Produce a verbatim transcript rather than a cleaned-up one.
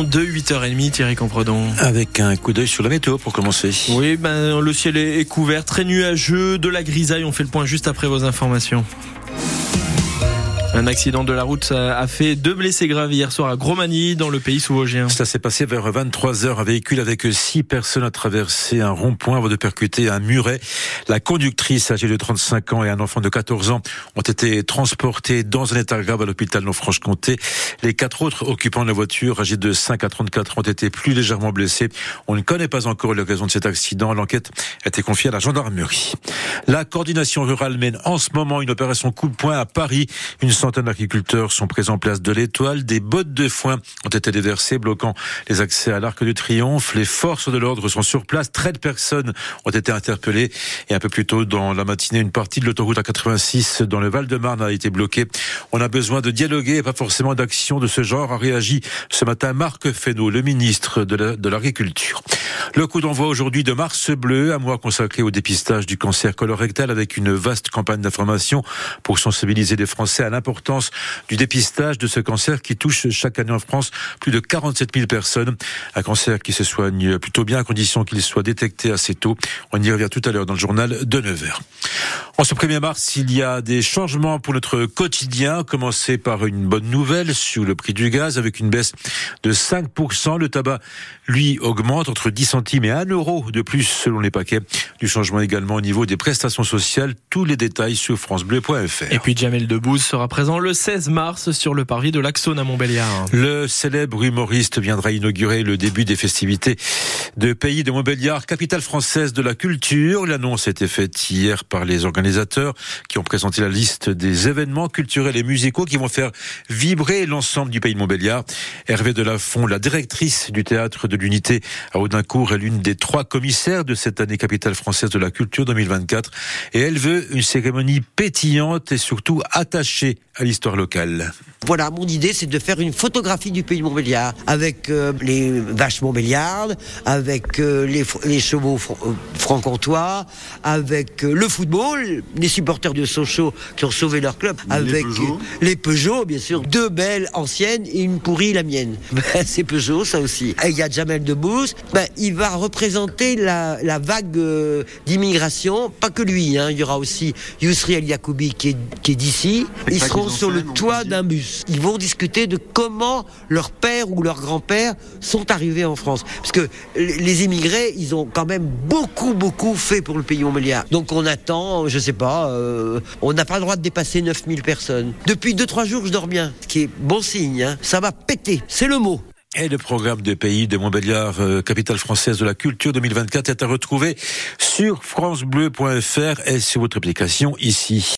de huit heures trente, Thierry Compredon. Avec un coup d'œil sur la météo pour commencer. Oui, ben, le ciel est couvert, très nuageux, de la grisaille. On fait le point juste après vos informations. Un accident de la route a fait deux blessés graves hier soir à Grosmagny, dans le pays sous-vosgien. Ça s'est passé vers vingt-trois heures. Un véhicule avec six personnes a traversé un rond-point avant de percuter un muret. La conductrice, âgée de trente-cinq ans, et un enfant de quatorze ans ont été transportés dans un état grave à l'hôpital de Franche-Comté. Les quatre autres occupants de la voiture, âgés de cinq à trente-quatre ans, ont été plus légèrement blessés. On ne connaît pas encore les raisons de cet accident. L'enquête a été confiée à la gendarmerie. La coordination rurale mène en ce moment une opération coup de poing à Paris. Une centaine d'agriculteurs sont présents place de l'Étoile. Des bottes de foin ont été déversées, bloquant les accès à l'Arc de Triomphe. Les forces de l'ordre sont sur place. treize personnes ont été interpellées. Et un peu plus tôt dans la matinée, une partie de l'autoroute A quatre-vingt-six dans le Val-de-Marne a été bloquée. On a besoin de dialoguer et pas forcément d'actions de ce genre, a réagi ce matin Marc Fesneau, le ministre de, la, de l'Agriculture. Le coup d'envoi aujourd'hui de Mars Bleu, un mois consacré au dépistage du cancer colorectal avec une vaste campagne d'information pour sensibiliser les Français à l'importance du dépistage de ce cancer qui touche chaque année en France plus de quarante-sept mille personnes. Un cancer qui se soigne plutôt bien à condition qu'il soit détecté assez tôt. On y revient tout à l'heure dans le journal de neuf heures. En ce premier mars, il y a des changements pour notre quotidien. Commencer par une bonne nouvelle sur le prix du gaz avec une baisse de cinq pour cent. Le tabac, lui, augmente entre dix centimes et un euro de plus selon les paquets. Du changement également au niveau des prestations sociales. Tous les détails sur francebleu point f r. Et puis Jamel Debbouze sera présent le seize mars sur le parvis de l'Axone à Montbéliard. Le célèbre humoriste viendra inaugurer le début des festivités de Pays de Montbéliard, capitale française de la culture. L'annonce a été faite hier par les organisateurs qui ont présenté la liste des événements culturels et musicaux qui vont faire vibrer l'ensemble du Pays de Montbéliard. Hervé Delafont, la directrice du théâtre de l'Unité à Audincourt, est l'une des trois commissaires de cette année capitale française de la culture deux mille vingt-quatre. Et elle veut une cérémonie pétillante et surtout attachée à l'histoire locale. Voilà, mon idée, c'est de faire une photographie du Pays de Montbéliard avec euh, les vaches montbéliardes, avec euh, les, les chevaux fr- euh, franc-comtois, avec euh, le football, les supporters de Sochaux qui ont sauvé leur club, les avec Peugeot. Euh, les Peugeot, bien sûr, deux belles anciennes et une pourrie, la mienne. Ben, c'est Peugeot, ça aussi. Et il y a Jamel Debbouze, ben, il va représenter la, la vague euh, d'immigration, pas que lui, hein, il y aura aussi Yousri El Yacoubi qui est, qui est d'ici. Ils seront sur le toit d'un bus. Ils vont discuter de comment leur père ou leur grand-père sont arrivés en France. Parce que les immigrés, ils ont quand même beaucoup, beaucoup fait pour le Pays Montbéliard. Donc on attend, je sais pas, euh, on n'a pas le droit de dépasser neuf mille personnes. Depuis deux trois jours, je dors bien, ce qui est bon signe. Hein. Ça va péter, c'est le mot. Et le programme de Pays de Montbéliard, euh, capitale française de la culture deux mille vingt-quatre, est à retrouver sur francebleu point f r et sur votre application ici.